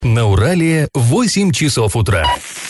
На Урале 8 часов утра.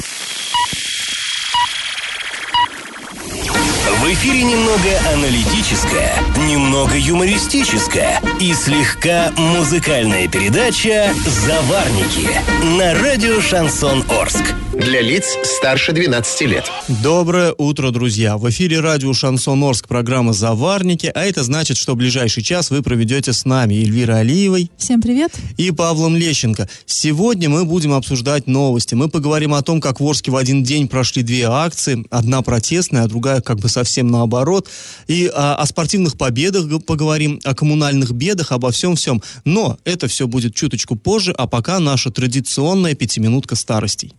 В эфире немного аналитическая, немного юмористическая и слегка музыкальная передача «Заварники» на радио «Шансон Орск». Для лиц старше 12 лет. Доброе утро, друзья. В эфире радио «Шансон Орск» программа «Заварники», а это значит, что ближайший час вы проведете с нами Эльвирой Алиевой. Всем привет. И Павлом Лещенко. Сегодня мы будем обсуждать новости. Мы поговорим о том, как в Орске в один день прошли две акции. Одна протестная, а другая как бы совсем наоборот. И о спортивных победах поговорим, о коммунальных бедах, обо всем-всем. Но это все будет чуточку позже, а пока наша традиционная пятиминутка старостей.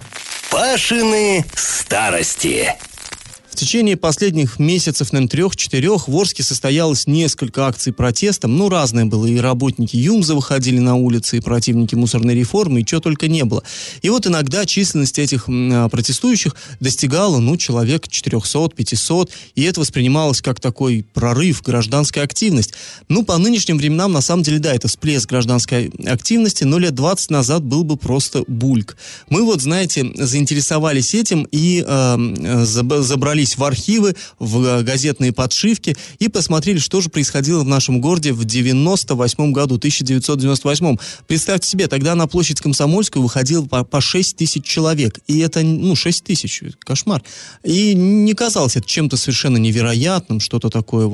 Пашины старости. В течение последних месяцев, наверное, 3-4 в Орске состоялось несколько акций протеста. Разное было. И работники ЮМЗа выходили на улицы, и противники мусорной реформы, и чего только не было. И вот иногда численность этих протестующих достигала, человек 400-500, и это воспринималось как такой прорыв, гражданская активность. По нынешним временам, на самом деле, да, это всплеск гражданской активности, но лет 20 назад был бы просто бульк. Мы заинтересовались этим и забрались в архивы, в газетные подшивки и посмотрели, что же происходило в нашем городе в 1998 году. Представьте себе, тогда на площадь Комсомольскую выходило по 6 тысяч человек. И это, 6 тысяч, кошмар. И не казалось это чем-то совершенно невероятным, что-то такое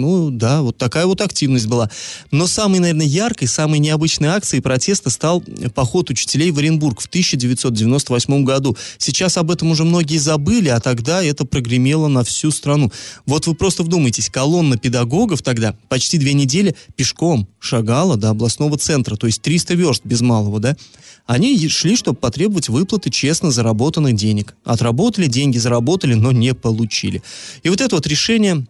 такая вот активность была. Но самой, наверное, яркой, самой необычной акцией протеста стал поход учителей в Оренбург в 1998 году. Сейчас об этом уже многие забыли, а тогда это прогремело на всю страну. Вот вы просто вдумайтесь, колонна педагогов тогда почти 2 недели пешком шагала до областного центра, то есть 300 верст без малого, да? Они шли, чтобы потребовать выплаты честно заработанных денег. Отработали, деньги заработали, но не получили. И вот это вот решение,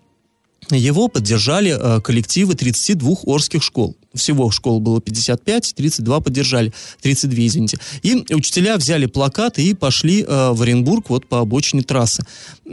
его поддержали коллективы 32 орских школ. Всего школ было 55, 32 поддержали. 32, извините. И учителя взяли плакаты и пошли в Оренбург по обочине трассы.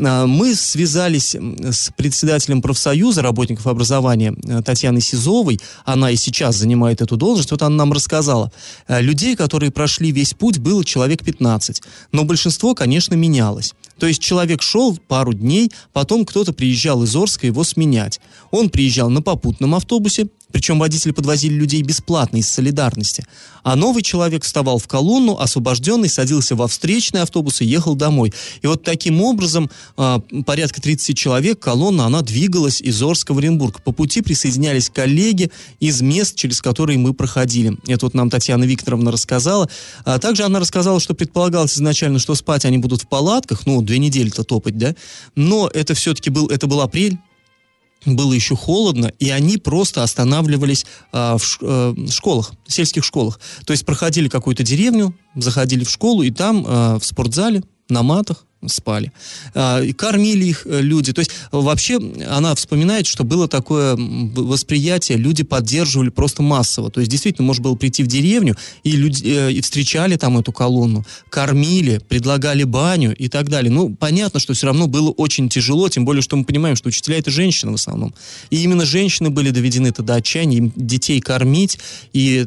Мы связались с председателем профсоюза работников образования Татьяной Сизовой. Она и сейчас занимает эту должность. Вот она нам рассказала. Людей, которые прошли весь путь, было человек 15. Но большинство, конечно, менялось. То есть человек шел пару дней, потом кто-то приезжал из Орска его сменять. Он приезжал на попутном автобусе, причем водители подвозили людей бесплатно из солидарности. А новый человек вставал в колонну, освобожденный, садился во встречный автобус и ехал домой. И вот таким образом порядка 30 человек, колонна, она двигалась из Орска в Оренбург. По пути присоединялись коллеги из мест, через которые мы проходили. Это вот нам Татьяна Викторовна рассказала. А также она рассказала, что предполагалось изначально, что спать они будут в палатках, 2 недели-то топать, да? Но это все-таки был апрель. Было еще холодно, и они просто останавливались в школах, в сельских школах. То есть проходили какую-то деревню, заходили в школу, и там в спортзале на матах спали. И кормили их люди. То есть вообще она вспоминает, что было такое восприятие, люди поддерживали просто массово. То есть действительно можно было прийти в деревню, и люди и встречали там эту колонну, кормили, предлагали баню и так далее. Понятно, что все равно было очень тяжело, тем более, что мы понимаем, что учителя — это женщины в основном. И именно женщины были доведены-то до отчаяния, им детей кормить, и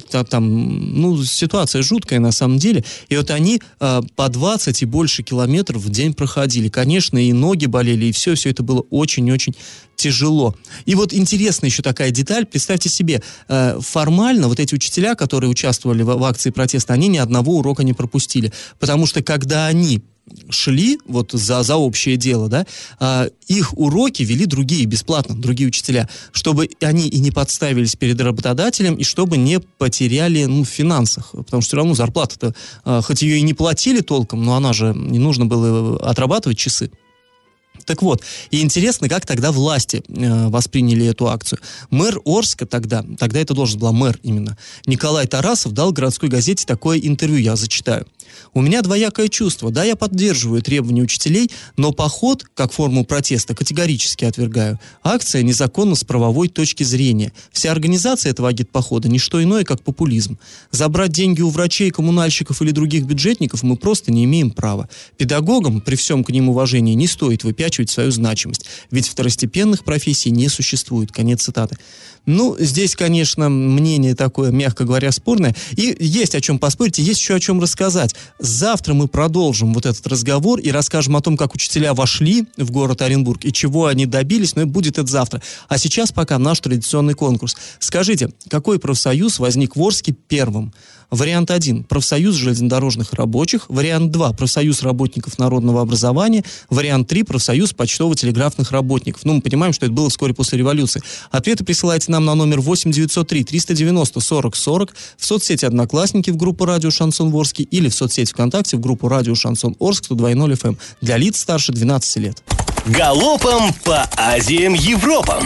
там ситуация жуткая на самом деле. И вот они по 20 и больше километров в день проходили. Конечно, и ноги болели, и все это было очень-очень тяжело. И вот интересная еще такая деталь. Представьте себе, формально вот эти учителя, которые участвовали в акции протеста, они ни одного урока не пропустили. Потому что когда они шли за общее дело, да, их уроки вели другие, бесплатно, другие учителя, чтобы они и не подставились перед работодателем, и чтобы не потеряли в финансах, потому что все равно зарплата-то, хоть ее и не платили толком, но она же, не нужно было отрабатывать часы. Так вот, и интересно, как тогда власти восприняли эту акцию. Мэр Орска тогда это должность была мэр именно, Николай Тарасов дал городской газете такое интервью, я зачитаю. У меня двоякое чувство. Да, я поддерживаю требования учителей, но поход, как форму протеста, категорически отвергаю. Акция незаконна с правовой точки зрения. Вся организация этого агитпохода – не что иное, как популизм. Забрать деньги у врачей, коммунальщиков или других бюджетников мы просто не имеем права. Педагогам, при всем к ним уважении, не стоит выпячивать свою значимость, ведь второстепенных профессий не существует. Конец цитаты. Ну, здесь, конечно, мнение такое, мягко говоря, спорное. И есть о чем поспорить, и есть еще о чем рассказать. Завтра мы продолжим вот этот разговор и расскажем о том, как учителя вошли в город Оренбург и чего они добились, но будет это завтра. А сейчас пока наш традиционный конкурс. Скажите, какой профсоюз возник в Орске первым? Вариант 1. Профсоюз железнодорожных рабочих. Вариант 2. Профсоюз работников народного образования. Вариант 3. Профсоюз почтово-телеграфных работников. Ну, мы понимаем, что это было вскоре после революции. Ответы присылайте нам на номер 8-903-390-40-40 в соцсети «Одноклассники» в группу «Радио Шансон Орск» или в соцсети ВКонтакте в группу «Радио Шансон Орск» 102.0 FM для лиц старше 12 лет. Галопом по Азиям Европам!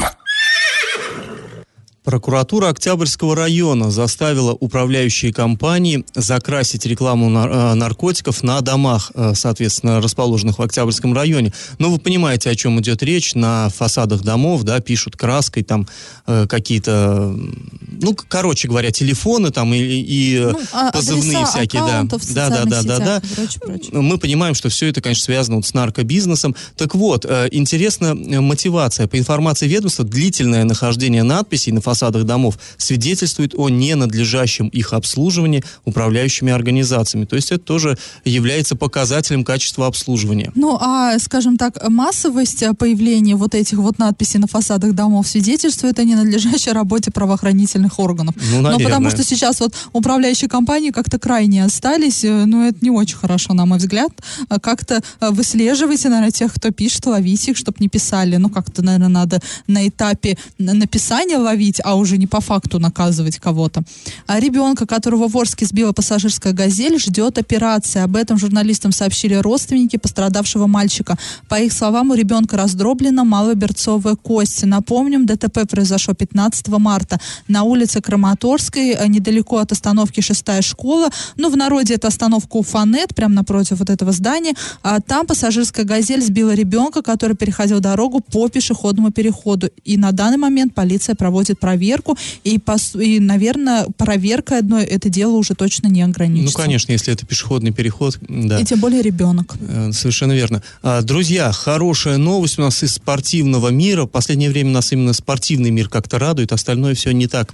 Прокуратура Октябрьского района заставила управляющие компании закрасить рекламу наркотиков на домах, соответственно, расположенных в Октябрьском районе. Ну, вы понимаете, о чем идет речь. На фасадах домов, да, пишут краской там какие-то, ну, короче говоря, телефоны там и позывные всякие, да. Мы понимаем, что все это, конечно, связано вот с наркобизнесом. Так вот, интересна мотивация. По информации ведомства, длительное нахождение надписей на фасадах домов свидетельствует о ненадлежащем их обслуживании управляющими организациями. То есть это тоже является показателем качества обслуживания. Ну, а, скажем так, массовость появления вот этих вот надписей на фасадах домов свидетельствует о ненадлежащей работе правоохранительных органов. Ну, наверное. Но потому что сейчас вот управляющие компании как-то крайне остались, ну, это не очень хорошо, на мой взгляд. Как-то выслеживайте, наверное, тех, кто пишет, ловите их, чтобы не писали. Ну, как-то, наверное, надо на этапе написания ловить, а уже не по факту наказывать кого-то. А ребенка, которого в Орске сбила пассажирская «Газель», ждет операция. Об этом журналистам сообщили родственники пострадавшего мальчика. По их словам, у ребенка раздроблена малоберцовая кость. Напомним, ДТП произошло 15 марта на улице Краматорской, недалеко от остановки 6-я школа. Ну, в народе это остановка Уфанет, прямо напротив вот этого здания. А там пассажирская «Газель» сбила ребенка, который переходил дорогу по пешеходному переходу. И на данный момент полиция проводит проверку, и, наверное, проверкой одной это дело уже точно не ограничится. Ну, конечно, если это пешеходный переход, да. И тем более ребенок. Совершенно верно. Друзья, хорошая новость у нас из спортивного мира. В последнее время нас именно спортивный мир как-то радует, остальное все не так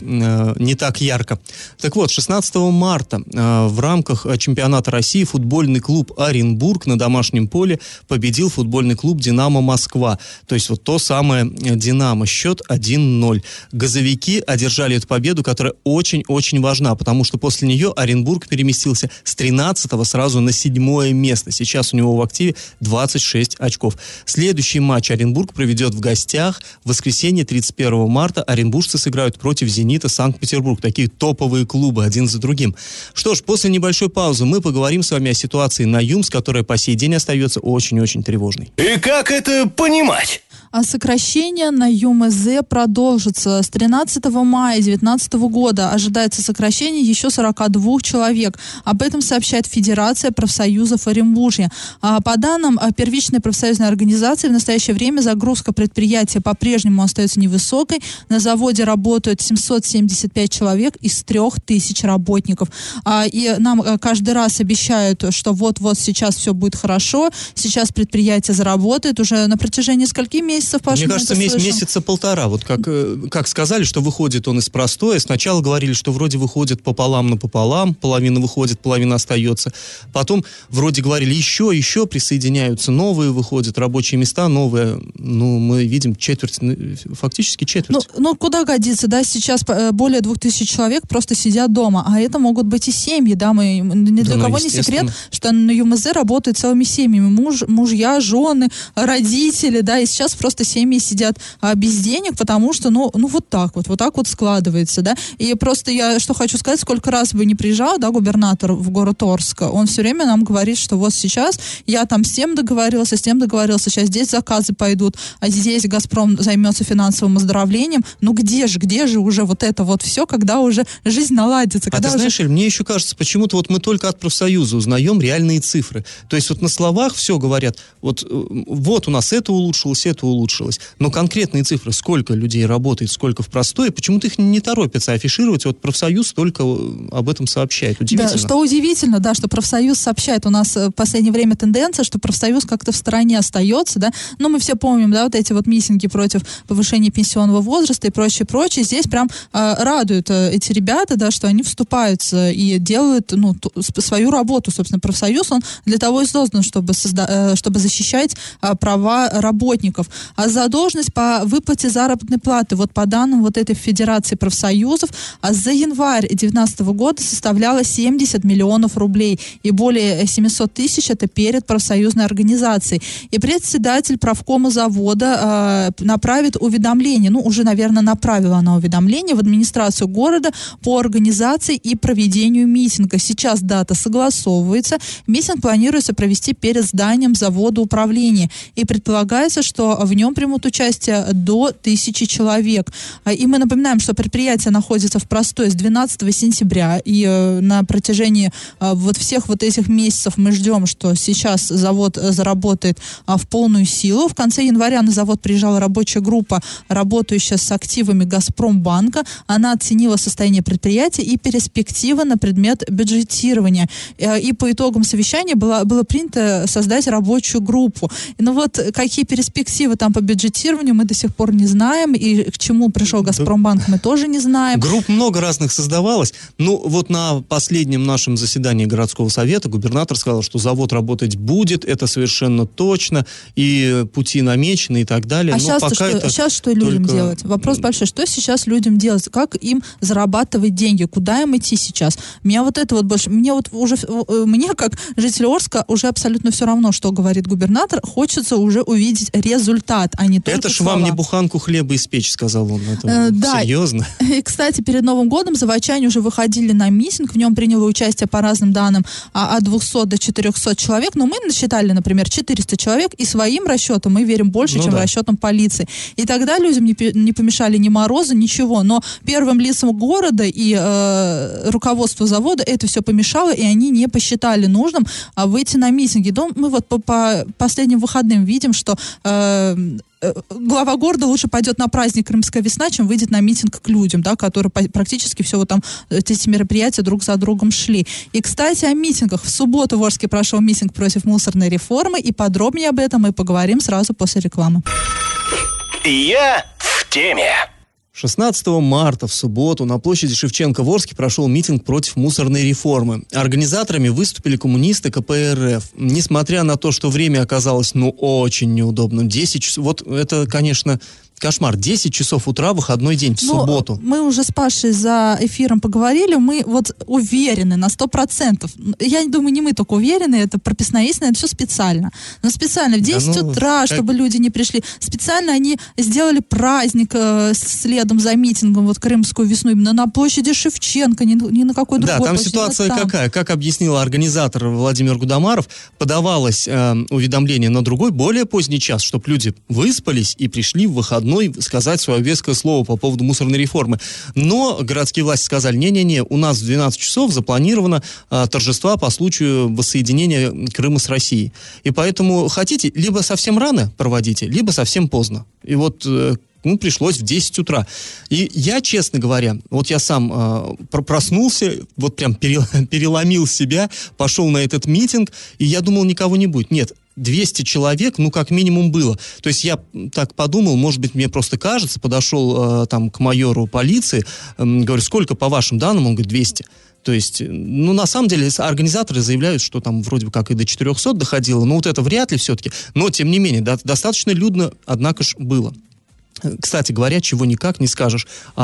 ярко. Так вот, 16 марта в рамках чемпионата России футбольный клуб «Оренбург» на домашнем поле победил футбольный клуб «Динамо Москва». То есть вот то самое «Динамо». Счет 1-0. Газовики одержали эту победу, которая очень-очень важна, потому что после нее Оренбург переместился с 13-го сразу на 7-е место. Сейчас у него в активе 26 очков. Следующий матч Оренбург проведет в гостях. В воскресенье, 31 марта, оренбуржцы сыграют против «Зенита» Санкт-Петербург. Такие топовые клубы, один за другим. Что ж, после небольшой паузы мы поговорим с вами о ситуации на ЮМС, которая по сей день остается очень-очень тревожной. И как это понимать? А сокращение на ЮМЗ продолжится. С 13 мая 2019 года ожидается сокращение еще 42 человек. Об этом сообщает Федерация профсоюзов Оренбуржья. По данным первичной профсоюзной организации, в настоящее время загрузка предприятия по-прежнему остается невысокой. На заводе работают 775 человек из 3000 работников. И нам каждый раз обещают, что вот-вот сейчас все будет хорошо, сейчас предприятие заработает. Уже на протяжении скольких месяцев, Паша, мне кажется, месяца полтора. Вот как сказали, что выходит он из простоя. Сначала говорили, что вроде выходит пополам на пополам, половина выходит, половина остается. Потом вроде говорили, еще присоединяются новые, выходят рабочие места, новые. Ну, мы видим фактически четверть. Ну, куда годится, да, сейчас более 2000 человек просто сидят дома, а это могут быть и семьи, да, ни для кого не секрет, что на ЮМЗ работают целыми семьями, мужья, жены, родители, да, и сейчас просто просто семьи сидят без денег, потому что, ну вот так вот складывается, да. И просто я что хочу сказать, сколько раз бы не приезжал, да, губернатор в город Орск, он все время нам говорит, что вот сейчас я там с тем договорился, сейчас здесь заказы пойдут, а здесь «Газпром» займется финансовым оздоровлением. Ну где же уже вот это вот все, когда уже жизнь наладится? А ты знаешь, Эль, мне еще кажется, почему-то вот мы только от профсоюза узнаем реальные цифры. То есть вот на словах все говорят, вот у нас это улучшилось, но конкретные цифры, сколько людей работает, сколько в простое, почему-то их не торопятся афишировать, вот профсоюз только об этом сообщает. Удивительно. Да, что удивительно, да, что профсоюз сообщает. У нас в последнее время тенденция, что профсоюз как-то в стороне остается, да, но мы все помним, да, вот эти вот митинги против повышения пенсионного возраста и прочее. Здесь прям радуют эти ребята, да, что они вступаются и делают, свою работу. Собственно, профсоюз, он для того и создан, чтобы защищать права работников. А задолженность по выплате заработной платы, вот по данным вот этой Федерации профсоюзов, за январь 2019 года составляла 70 миллионов рублей, и более 700 тысяч это перед профсоюзной организацией. И председатель правкома завода направит уведомление, уже, наверное, направила она уведомление в администрацию города по организации и проведению митинга. Сейчас дата согласовывается. Митинг планируется провести перед зданием завода управления. И предполагается, что в нем примут участие до 1000 человек. И мы напоминаем, что предприятие находится в простой с 12 сентября. И на протяжении вот всех вот этих месяцев мы ждем, что сейчас завод заработает в полную силу. В конце января на завод приезжала рабочая группа, работающая с активами Газпромбанка. Она оценила состояние предприятия и перспективы на предмет бюджетирования. И по итогам совещания было принято создать рабочую группу. Но вот какие перспективы там по бюджетированию, мы до сих пор не знаем. И к чему пришел Газпромбанк, мы тоже не знаем. Групп много разных создавалось. Вот на последнем нашем заседании городского совета губернатор сказал, что завод работать будет, это совершенно точно, и пути намечены и так далее. А сейчас что людям делать? Вопрос большой. Что сейчас людям делать? Как им зарабатывать деньги? Куда им идти сейчас? Меня вот это вот больше... Мне как житель Орска уже абсолютно все равно, что говорит губернатор. Хочется уже увидеть результат, а не только это ж слова. вам не буханку хлеба испечь, сказал он. Это да. Серьезно. И, кстати, перед Новым годом заводчане уже выходили на митинг. В нем приняло участие, по разным данным, от 200 до 400 человек. Но мы насчитали, например, 400 человек. И своим расчетам мы верим больше, чем расчетам полиции. И тогда людям не помешали ни морозы, ничего. Но первым лицам города и руководству завода это все помешало, и они не посчитали нужным выйти на митинги. Мы вот по последним выходным видим, что глава города лучше пойдет на праздник «Крымская весна», чем выйдет на митинг к людям, да, которые практически все вот там эти мероприятия друг за другом шли. И, кстати, о митингах. В субботу в Орске прошел митинг против мусорной реформы, и подробнее об этом мы поговорим сразу после рекламы. Я в теме. 16 марта в субботу на площади Шевченко в Орске прошел митинг против мусорной реформы. Организаторами выступили коммунисты КПРФ. Несмотря на то, что время оказалось, очень неудобным. 10 часов. Вот это, конечно, кошмар. 10 часов утра, выходной день, в субботу. Мы уже с Пашей за эфиром поговорили, мы вот уверены на 100%. Я думаю, не мы только уверены, это прописная истина, это все специально. Но специально в 10 утра, чтобы люди не пришли. Специально они сделали праздник следом за митингом, вот Крымскую весну, именно на площади Шевченко, ни на какой другой площади. Да, там площади, ситуация какая? Как объяснил организатор Владимир Гудамаров, подавалось уведомление на другой, более поздний час, чтобы люди выспались и пришли в выходной сказать свое веское слово по поводу мусорной реформы. Но городские власти сказали, не-не-не, у нас в 12 часов запланировано торжества по случаю воссоединения Крыма с Россией. И поэтому хотите, либо совсем рано проводите, либо совсем поздно. И вот пришлось в 10 утра. И я, честно говоря, вот я сам проснулся, вот прям переломил себя, пошел на этот митинг, и я думал, никого не будет. Нет, 200 человек, как минимум было. То есть я так подумал, может быть, мне просто кажется, подошел к майору полиции, говорю, сколько по вашим данным? Он говорит, 200. То есть, на самом деле, организаторы заявляют, что там вроде бы как и до 400 доходило, но вот это вряд ли все-таки. Но, тем не менее, достаточно людно, однако ж, было. Кстати говоря, чего никак не скажешь о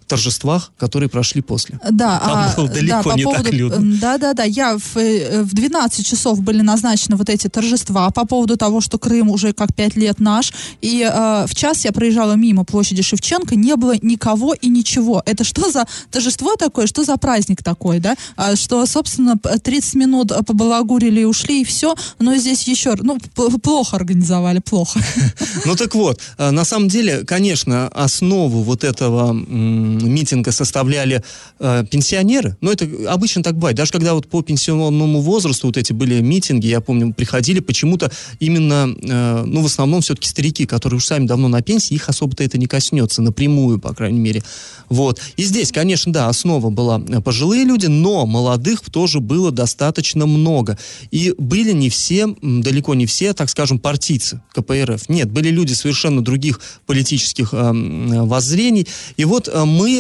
торжествах, которые прошли после. Да, Там было далеко не так людно. Да. Я в 12 часов были назначены вот эти торжества по поводу того, что Крым уже как 5 лет наш. И в час я проезжала мимо площади Шевченко, не было никого и ничего. Это что за торжество такое, что за праздник такой, да? Что, собственно, 30 минут побалагурили и ушли, и все. Но здесь еще, плохо организовали, плохо. Ну так вот, на самом деле, конечно, основу вот этого митинга составляли пенсионеры. Но это обычно так бывает. Даже когда вот по пенсионному возрасту вот эти были митинги, я помню, приходили почему-то именно, в основном все-таки старики, которые уж сами давно на пенсии, их особо-то это не коснется, напрямую, по крайней мере. Вот. И здесь, конечно, да, основа была пожилые люди, но молодых тоже было достаточно много. И были не все, далеко не все, так скажем, партийцы КПРФ. Нет, были люди совершенно других политических воззрений. И вот мы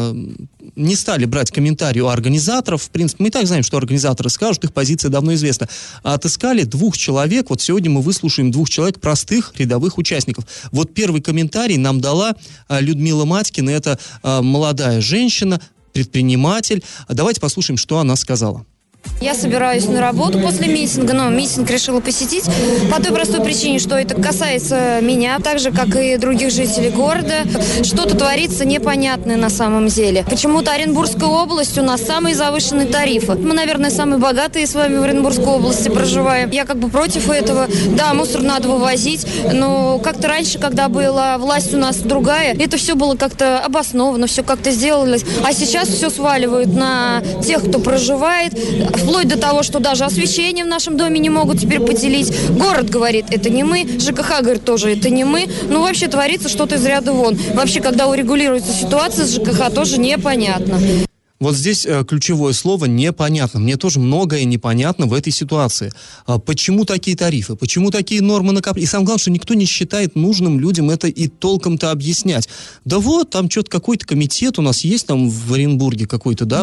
не стали брать комментарии у организаторов. В принципе, мы и так знаем, что организаторы скажут, их позиция давно известна. А отыскали 2 человек. Вот сегодня мы выслушаем 2 человек, простых рядовых участников. Вот первый комментарий нам дала Людмила Матькина. Это молодая женщина, предприниматель. Давайте послушаем, что она сказала. Я собираюсь на работу после митинга, но митинг решила посетить по той простой причине, что это касается меня, так же, как и других жителей города. Что-то творится непонятное на самом деле. Почему-то Оренбургская область у нас самые завышенные тарифы. Мы, наверное, самые богатые с вами в Оренбургской области проживаем. Я против этого. Да, мусор надо вывозить, но как-то раньше, когда была власть у нас другая, это все было как-то обосновано, все как-то сделалось. А сейчас все сваливают на тех, кто проживает, вплоть до того, что даже освещение в нашем доме не могут теперь поделить. Город говорит, это не мы. ЖКХ говорит, тоже это не мы. Вообще творится что-то из ряда вон. Вообще, когда урегулируется ситуация с ЖКХ, тоже непонятно. Вот здесь ключевое слово «непонятно». Мне тоже многое непонятно в этой ситуации. Почему такие тарифы? Почему такие нормы накопления? И самое главное, что никто не считает нужным людям это и толком-то объяснять. Да вот, там что-то какой-то комитет у нас есть там в Оренбурге какой-то, да?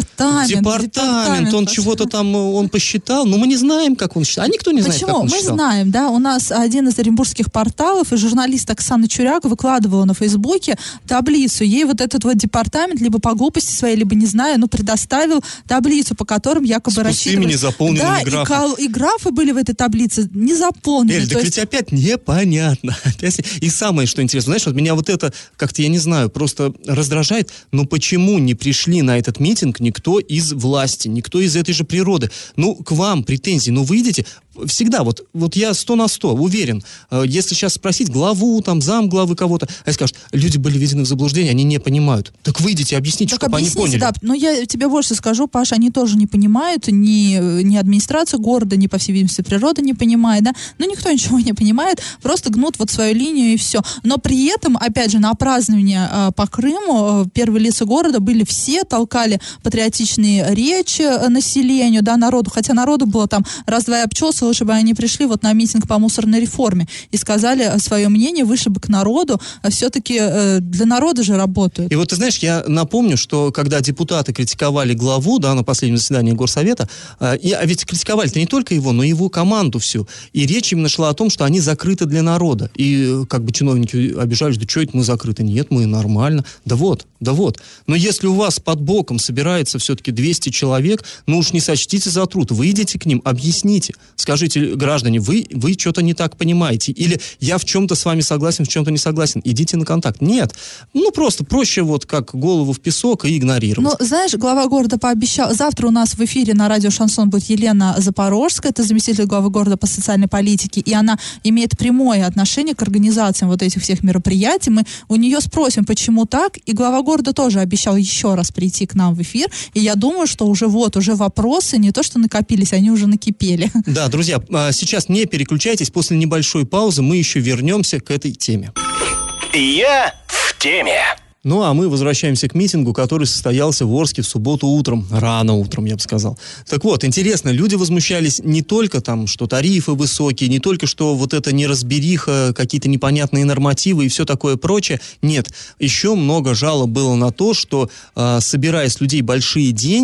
Департамент, он чего-то там, он посчитал. Но мы не знаем, как он считал. А никто не знает, как он считал. Мы знаем, да. У нас один из оренбургских порталов, и журналист Оксана Чуряк выкладывала на Фейсбуке таблицу. Ей вот этот вот департамент либо по глупости своей, либо не знаю, предоставил таблицу, по которым якобы рассчитывали. С заполненными графами. И графы были в этой таблице не заполнены. Эль, так ведь опять непонятно. И самое, что интересно, знаешь, вот меня вот это как-то, я не знаю, просто раздражает, но почему не пришли на этот митинг никто из власти, никто из этой же природы? К вам претензии, выйдите. Всегда, вот я 100 на 100 уверен, если сейчас спросить главу, замглавы кого-то, они скажут, люди были введены в заблуждение, они не понимают. Так выйдите, объясните, чтобы они поняли. Да, но я тебе больше скажу, Паша, они тоже не понимают, ни администрация города, ни, по всей видимости, природа не понимает, да, никто ничего не понимает, просто гнут вот свою линию и все. Но при этом, опять же, на празднование по Крыму первые лица города были все, толкали патриотичные речи населению, да, народу, хотя народу было там раз-два и обчесывало, лучше бы они пришли вот на митинг по мусорной реформе и сказали свое мнение, вышли бы к народу, все-таки для народа же работают. И вот ты знаешь, я напомню, что когда депутаты критиковали главу, да, на последнем заседании Горсовета, ведь критиковали-то не только его, но и его команду всю. И речь именно шла о том, что они закрыты для народа. И чиновники обижались, да что это мы закрыты? Нет, мы нормально. Да вот. Но если у вас под боком собирается все-таки 200 человек, уж не сочтите за труд. Выйдите к ним, объясните. Скажите, граждане, вы что-то не так понимаете. Или я в чем-то с вами согласен, в чем-то не согласен. Идите на контакт. Нет. Просто проще как голову в песок и игнорировать. Знаешь, глава города пообещал, завтра у нас в эфире на радио «Шансон» будет Елена Запорожская, это заместитель главы города по социальной политике, и она имеет прямое отношение к организациям вот этих всех мероприятий. Мы у нее спросим, почему так, и глава города тоже обещал еще раз прийти к нам в эфир, и я думаю, что уже вопросы не то что накопились, они уже накипели. Да, друзья, сейчас не переключайтесь, после небольшой паузы мы еще вернемся к этой теме. Я в теме. А мы возвращаемся к митингу, который состоялся в Орске в субботу утром, рано утром, я бы сказал. Так вот, интересно, люди возмущались не только что тарифы высокие, не только что вот это неразбериха, какие-то непонятные нормативы и все такое прочее. Нет, еще много жалоб было на то, что, собирая с людей большие деньги,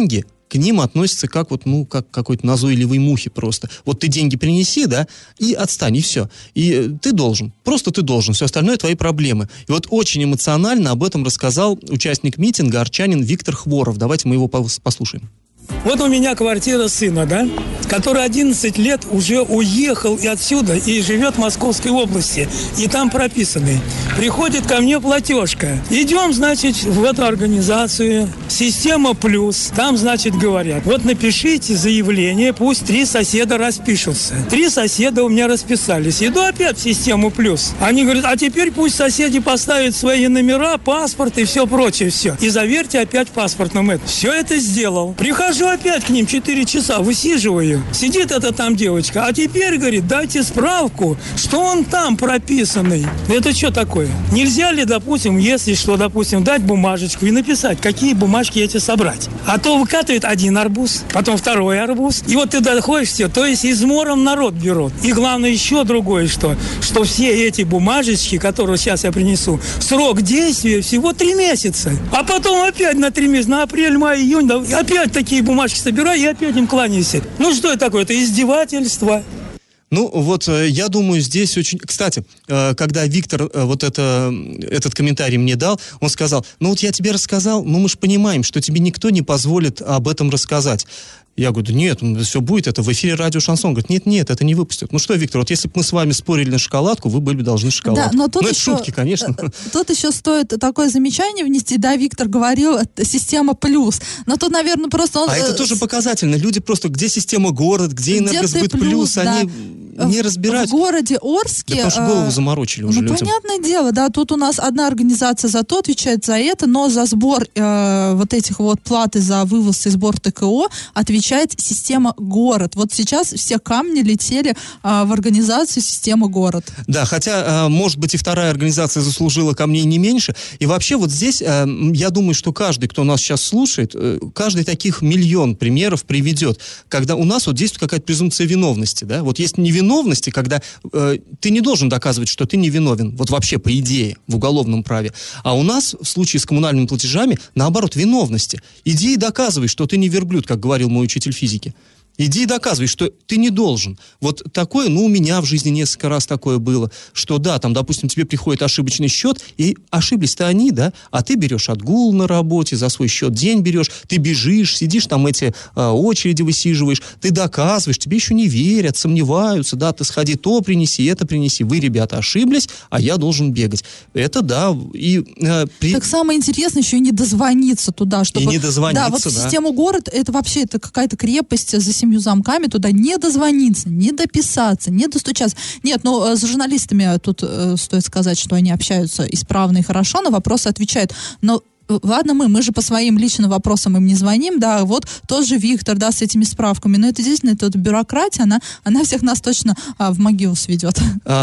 к ним относятся как вот, ну, как какой-то назойливой мухи просто. Вот ты деньги принеси, да, и отстань, и все. И ты должен, просто ты должен, все остальное твои проблемы. И вот очень эмоционально об этом рассказал участник митинга, арчанин Виктор Хворов. Давайте мы его послушаем. Вот у меня квартира сына, да, который 11 лет уже уехал и отсюда, и живет в Московской области, и там прописанный. Приходит ко мне платежка. Идем, значит, в эту организацию «Система Плюс». Там, значит, говорят, вот напишите заявление, пусть 3 соседа распишутся. 3 соседа у меня расписались. Иду опять в «Систему Плюс». Они говорят, а теперь пусть соседи поставят свои номера, паспорт и все прочее, все. И заверьте опять в паспортном это. Все это сделал. Прихожу опять к ним 4 часа, высиживаю. Сидит эта там девочка, а теперь, говорит, дайте справку, что он там прописанный. Это что такое? Нельзя ли, допустим, если что, допустим, дать бумажечку и написать, какие бумажки эти собрать? А то выкатывает один арбуз, потом второй арбуз. И вот ты доходишь все, то есть измором народ берут. И главное еще другое, что все эти бумажечки, которые сейчас я принесу, срок действия всего 3 месяца. А потом опять на 3 месяца, на апрель, май, июнь, да, опять такие бумажки собираю и опять им кланяюсь. Ну что это такое? Это издевательство. Ну, вот, я думаю, здесь очень... Кстати, когда Виктор вот этот комментарий мне дал, он сказал, ну вот я тебе рассказал, но мы же понимаем, что тебе никто не позволит об этом рассказать. Я говорю, да нет, все будет, это в эфире радио Шансон. Говорит, нет, это не выпустят. Ну что, Виктор, вот если бы мы с вами спорили на шоколадку, вы были бы должны шоколадку. Да, но тут это еще, шутки, конечно. Тут еще стоит такое замечание внести, да, Виктор говорил, система плюс. Но тут, наверное, просто он... А это тоже показательно. Люди просто, где система город, где энергосбыт плюс, да. Они не разбираются. В городе Орске... Да потому что голову заморочили уже людям. Понятное дело, да, тут у нас одна организация за то отвечает за это, но за сбор вот этих вот платы за вывоз и сбор ТКО отвечает система город. Вот сейчас все камни летели в организацию система город. Да, хотя, может быть, и вторая организация заслужила камней не меньше. И вообще вот здесь, я думаю, что каждый, кто нас сейчас слушает, каждый таких миллион примеров приведет, когда у нас вот действует какая-то презумпция виновности, да, вот есть невиновности, когда ты не должен доказывать, что ты невиновен, вот вообще по идее в уголовном праве, а у нас в случае с коммунальными платежами наоборот виновности. Иди и доказывай, что ты не верблюд, как говорил мой учитель физики. Иди и доказывай, что ты не должен. Вот такое, у меня в жизни несколько раз такое было, что да, там, допустим, тебе приходит ошибочный счет, и ошиблись-то они, да, а ты берешь отгул на работе, за свой счет день берешь, ты бежишь, сидишь там эти очереди высиживаешь, ты доказываешь, тебе еще не верят, сомневаются, да, ты сходи то принеси, это принеси, вы, ребята, ошиблись, а я должен бегать. Это да, и... Так самое интересное, еще и не дозвониться туда, чтобы... И не дозвониться, да. Вот в систему город, это вообще, это какая-то крепость за 7 замками, туда не дозвониться, не дописаться, не достучаться. Нет, с журналистами тут стоит сказать, что они общаются исправно и хорошо, на вопросы отвечают. Но ладно, мы же по своим личным вопросам им не звоним, да, вот тот же Виктор, да, с этими справками, но это действительно, эта бюрократия, она всех нас точно в могилу сведет.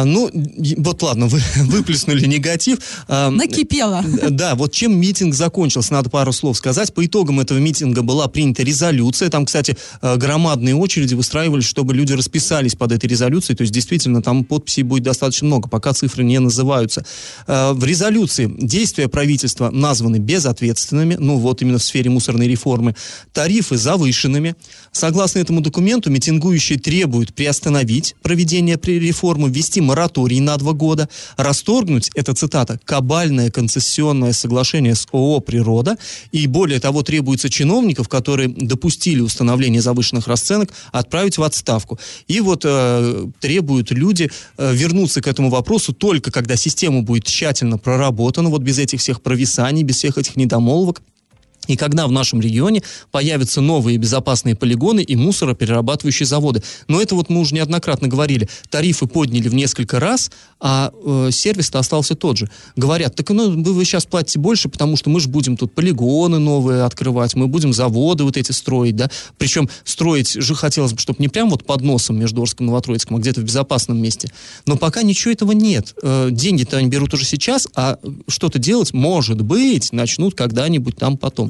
Вот ладно, вы выплеснули негатив. Накипело. Да, вот чем митинг закончился, надо пару слов сказать. По итогам этого митинга была принята резолюция, там, кстати, громадные очереди выстраивались, чтобы люди расписались под этой резолюцией, то есть, действительно, там подписей будет достаточно много, пока цифры не называются. В резолюции действия правительства названы безответственными, именно в сфере мусорной реформы, тарифы завышенными. Согласно этому документу, митингующие требуют приостановить проведение реформы, ввести мораторий на 2 года, расторгнуть, это цитата, кабальное концессионное соглашение с ООО «Природа», и более того, требуется чиновников, которые допустили установление завышенных расценок, отправить в отставку. И вот требуют люди вернуться к этому вопросу только когда система будет тщательно проработана, вот без этих всех провисаний, без всех этих недомолвок. И когда в нашем регионе появятся новые безопасные полигоны и мусороперерабатывающие заводы. Но это вот мы уже неоднократно говорили. Тарифы подняли в несколько раз, а сервис-то остался тот же. Говорят, так вы сейчас платите больше, потому что мы же будем тут полигоны новые открывать, мы будем заводы вот эти строить, да. Причем строить же хотелось бы, чтобы не прям вот под носом между Орском и Новотроицком, а где-то в безопасном месте. Но пока ничего этого нет. Деньги-то они берут уже сейчас, а что-то делать, может быть, начнут когда-нибудь там потом.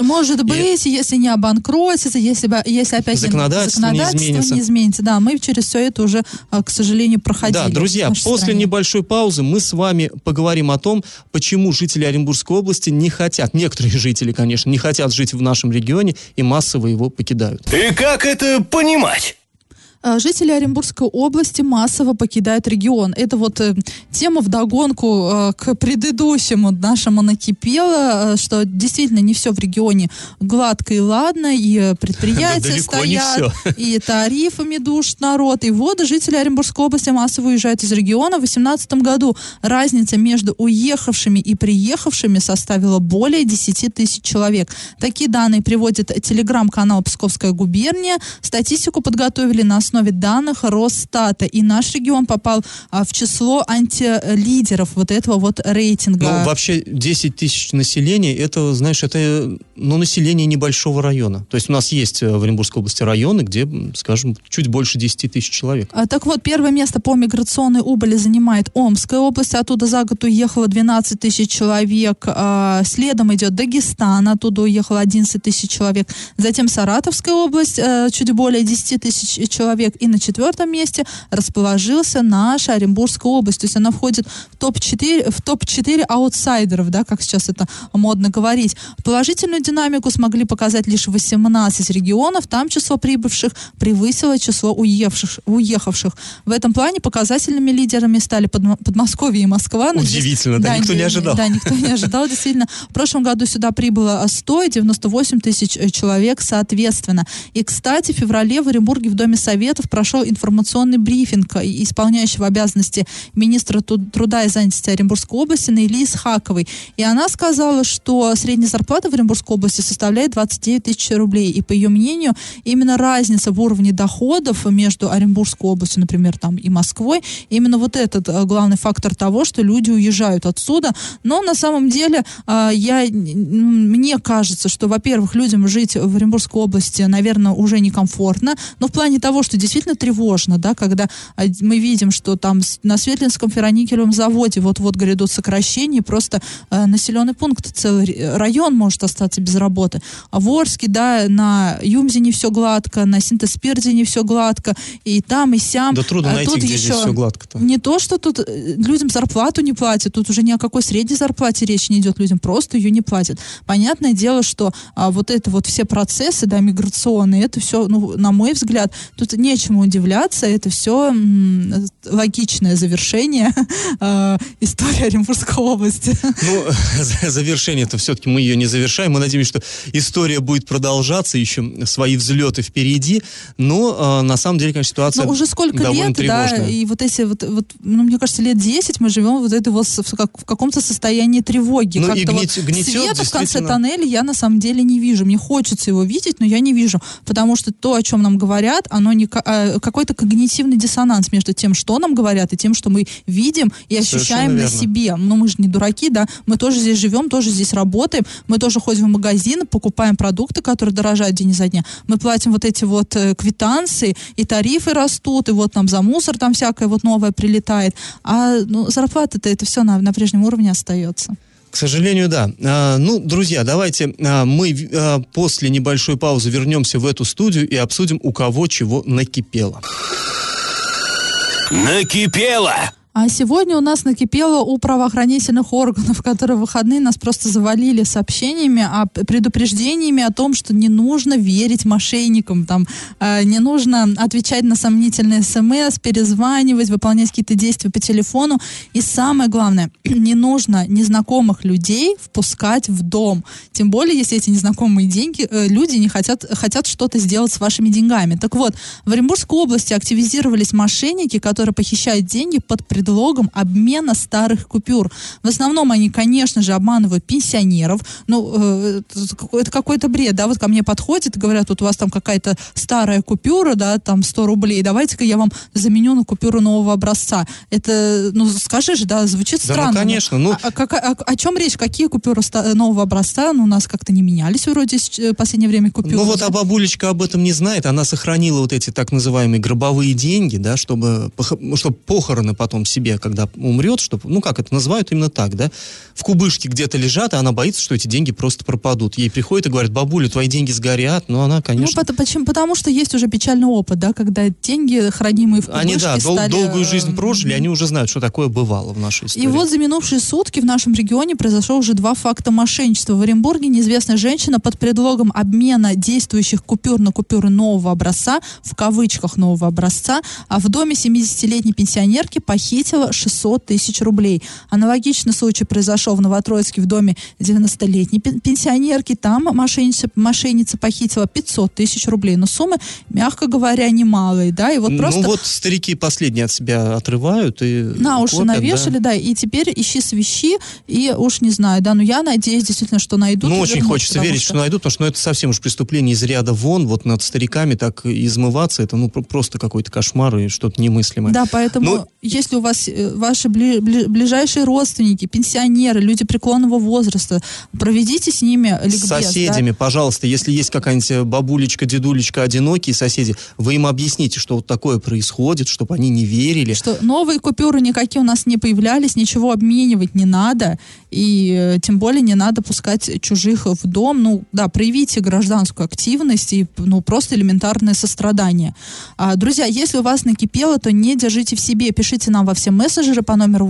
Может быть, если не обанкротится, если опять законодательство не изменится. Да, мы через все это уже, к сожалению, проходили. Да, друзья, после небольшой паузы мы с вами поговорим о том, почему жители Оренбургской области не хотят, некоторые жители, конечно, не хотят жить в нашем регионе и массово его покидают. И как это понимать? Жители Оренбургской области массово покидают регион. Это вот тема вдогонку к предыдущему нашему накипела, что действительно не все в регионе гладко и ладно, и предприятия стоят, и тарифами душит народ. И вот жители Оренбургской области массово уезжают из региона. В 2018 году разница между уехавшими и приехавшими составила более 10 тысяч человек. Такие данные приводит телеграм-канал «Псковская губерния». Статистику подготовили на основе данных Росстата, и наш регион попал в число антилидеров вот этого вот рейтинга. Ну, вообще 10 тысяч населения, это, знаешь, это население небольшого района. То есть у нас есть в Оренбургской области районы, где, скажем, чуть больше 10 тысяч человек. Так вот, первое место по миграционной убыли занимает Омская область, оттуда за год уехало 12 тысяч человек, следом идет Дагестан, оттуда уехало 11 тысяч человек, затем Саратовская область, чуть более 10 тысяч человек, и на 4-м месте расположился наша Оренбургская область. То есть она входит в топ-4 аутсайдеров, да, как сейчас это модно говорить. Положительную динамику смогли показать лишь 18 регионов. Там число прибывших превысило число уехавших. В этом плане показательными лидерами стали Подмосковье и Москва. Удивительно, да, никто не ожидал. Да, никто не ожидал, действительно. В прошлом году сюда прибыло 100 и 98 тысяч человек соответственно. И, кстати, в феврале в Оренбурге в Доме Советов прошел информационный брифинг исполняющего обязанности министра труда и занятости Оренбургской области Наили Исхаковой. И она сказала, что средняя зарплата в Оренбургской области составляет 29 тысяч рублей. И по ее мнению, именно разница в уровне доходов между Оренбургской областью, например, там и Москвой, именно этот главный фактор того, что люди уезжают отсюда. Но на самом деле мне кажется, что, во-первых, людям жить в Оренбургской области, наверное, уже некомфортно, но в плане того, что действительно тревожно, да, когда мы видим, что там на Светлинском ферроникелевом заводе вот-вот грядут сокращения, просто населенный пункт, целый район может остаться без работы. А в Орске, да, на Юмзе не все гладко, на Синтеспирде не все гладко, и там, и сям. Да трудно найти, тут где здесь все гладко-то. Не то, что тут людям зарплату не платят, тут уже ни о какой средней зарплате речь не идет, людям просто ее не платят. Понятное дело, что вот это вот все процессы, да, миграционные, это все, на мой взгляд, тут нечему удивляться, это все логичное завершение истории Оренбургской области. Завершение-то все-таки мы ее не завершаем. Мы надеемся, что история будет продолжаться, еще свои взлеты впереди, но на самом деле, конечно, ситуация уже сколько довольно лет, тревожная. Да, и вот эти мне кажется, лет 10 мы живем в каком-то состоянии тревоги. Ну, как-то и гнетет, света в конце тоннеля я на самом деле не вижу. Мне хочется его видеть, но я не вижу, потому что то, о чем нам говорят, оно не какой-то когнитивный диссонанс между тем, что нам говорят, и тем, что мы видим и ощущаем на себе. Мы же не дураки, да, мы тоже здесь живем, тоже здесь работаем, мы тоже ходим в магазин, покупаем продукты, которые дорожают день за дня. Мы платим вот эти вот квитанции, и тарифы растут, и вот нам за мусор там всякое вот новое прилетает. А зарплата-то это все на прежнем уровне остается. К сожалению, да. Друзья, давайте мы после небольшой паузы вернемся в эту студию и обсудим, у кого чего накипело. Накипело! А сегодня у нас накипело у правоохранительных органов, которые в выходные нас просто завалили сообщениями, предупреждениями о том, что не нужно верить мошенникам, не нужно отвечать на сомнительные смс, перезванивать, выполнять какие-то действия по телефону. И самое главное, не нужно незнакомых людей впускать в дом. Тем более, если эти незнакомые люди не хотят что-то сделать с вашими деньгами. Так вот, в Оренбургской области активизировались мошенники, которые похищают деньги под предлогом обмена старых купюр. В основном они, конечно же, обманывают пенсионеров. Это какой-то бред, да, вот ко мне подходят и говорят, вот у вас там какая-то старая купюра, да, там 100 рублей, давайте-ка я вам заменю на купюру нового образца. Это, скажи же, да, звучит странно. Да, конечно. О чем речь? Какие купюры нового образца? У нас как-то не менялись вроде в последнее время купюры. А бабулечка об этом не знает, она сохранила вот эти так называемые гробовые деньги, да, чтобы похороны потом себе, когда умрет, чтобы, ну, как это называют именно так, да, в кубышке где-то лежат, и она боится, что эти деньги просто пропадут. Ей приходят и говорят: бабуля, твои деньги сгорят, но она, конечно... Ну, почему? Потому что есть уже печальный опыт, да, когда деньги, хранимые в кубышке, они, да, стали... долгую жизнь прожили, они уже знают, что такое бывало в нашей истории. И вот за минувшие сутки в нашем регионе произошло уже 2 факта мошенничества. В Оренбурге неизвестная женщина под предлогом обмена действующих купюр на купюры нового образца, в кавычках нового образца, а в доме 70-летней пенсионерки похитила 600 тысяч рублей. Аналогичный случай произошел в Новотроицке в доме 90-летней пенсионерки. Там мошенница похитила 500 тысяч рублей. Но суммы, мягко говоря, немалые, да, и вот просто... Ну вот старики последние от себя отрывают и... На уши копят, навешали, да, и теперь ищи свищи, и уж не знаю, да, но я надеюсь действительно, что найдут. Ну, очень хочется верить, что найдут, потому что это совсем уж преступление из ряда вон, вот над стариками так измываться, это, ну, просто какой-то кошмар и что-то немыслимое. Да, поэтому, если у вас ваши ближайшие родственники, пенсионеры, люди преклонного возраста, проведите с ними ликбез. С соседями, да? Пожалуйста, если есть какая-нибудь бабулечка, дедулечка, одинокие соседи, вы им объясните, что вот такое происходит, чтобы они не верили. Что новые купюры никакие у нас не появлялись, ничего обменивать не надо, и тем более не надо пускать чужих в дом. Ну, да, проявите гражданскую активность и, ну, просто элементарное сострадание. Друзья, если у вас накипело, то не держите в себе, пишите нам во все мессенджеры по номеру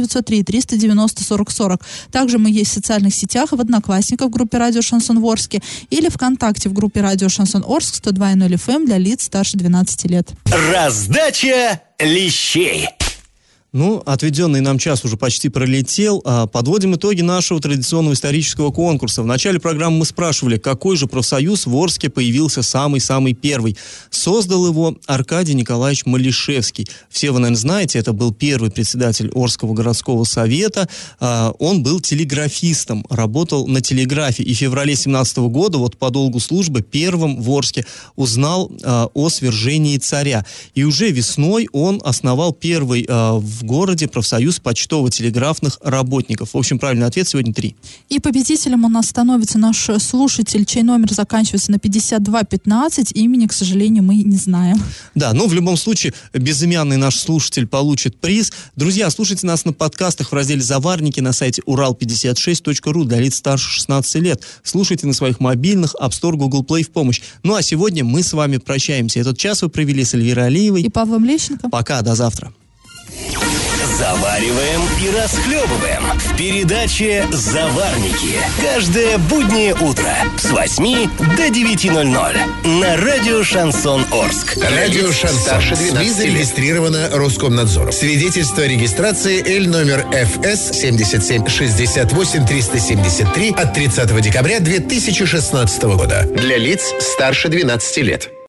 8-903-390-40-40. Также мы есть в социальных сетях, в Одноклассниках в группе «Радио Шансон Орске» или ВКонтакте в группе «Радио Шансон Орск» 102.0 FM для лиц старше 12 лет. Раздача лещей. Ну, отведенный нам час уже почти пролетел. Подводим итоги нашего традиционного исторического конкурса. В начале программы мы спрашивали, какой же профсоюз в Орске появился самый-самый первый. Создал его Аркадий Николаевич Малишевский. Все вы, наверное, знаете, это был первый председатель Орского городского совета. Он был телеграфистом, работал на телеграфе. И в феврале 17 года, вот по долгу службы, первым в Орске узнал о свержении царя. И уже весной он основал первый в городе профсоюз почтово-телеграфных работников. В общем, правильный ответ сегодня 3. И победителем у нас становится наш слушатель, чей номер заканчивается на 5215. Имени, к сожалению, мы не знаем. Да, но в любом случае безымянный наш слушатель получит приз. Друзья, слушайте нас на подкастах в разделе «Заварники» на сайте ural56.ru для лиц старше 16 лет. Слушайте на своих мобильных, App Store, Google Play в помощь. Ну а сегодня мы с вами прощаемся. Этот час вы провели с Эльвирой Алиевой и Павлом Лещенко. Пока, до завтра. Завариваем и расхлебываем в передаче «Заварники». Каждое буднее утро с 8 до 9:00 на радио «Шансон Орск». Радио «Шансон». Старше 12 лет. Зарегистрировано Роскомнадзором. Свидетельство о регистрации Л номер ФС 77-68-373 от 30 декабря 2016 года. Для лиц старше 12 лет.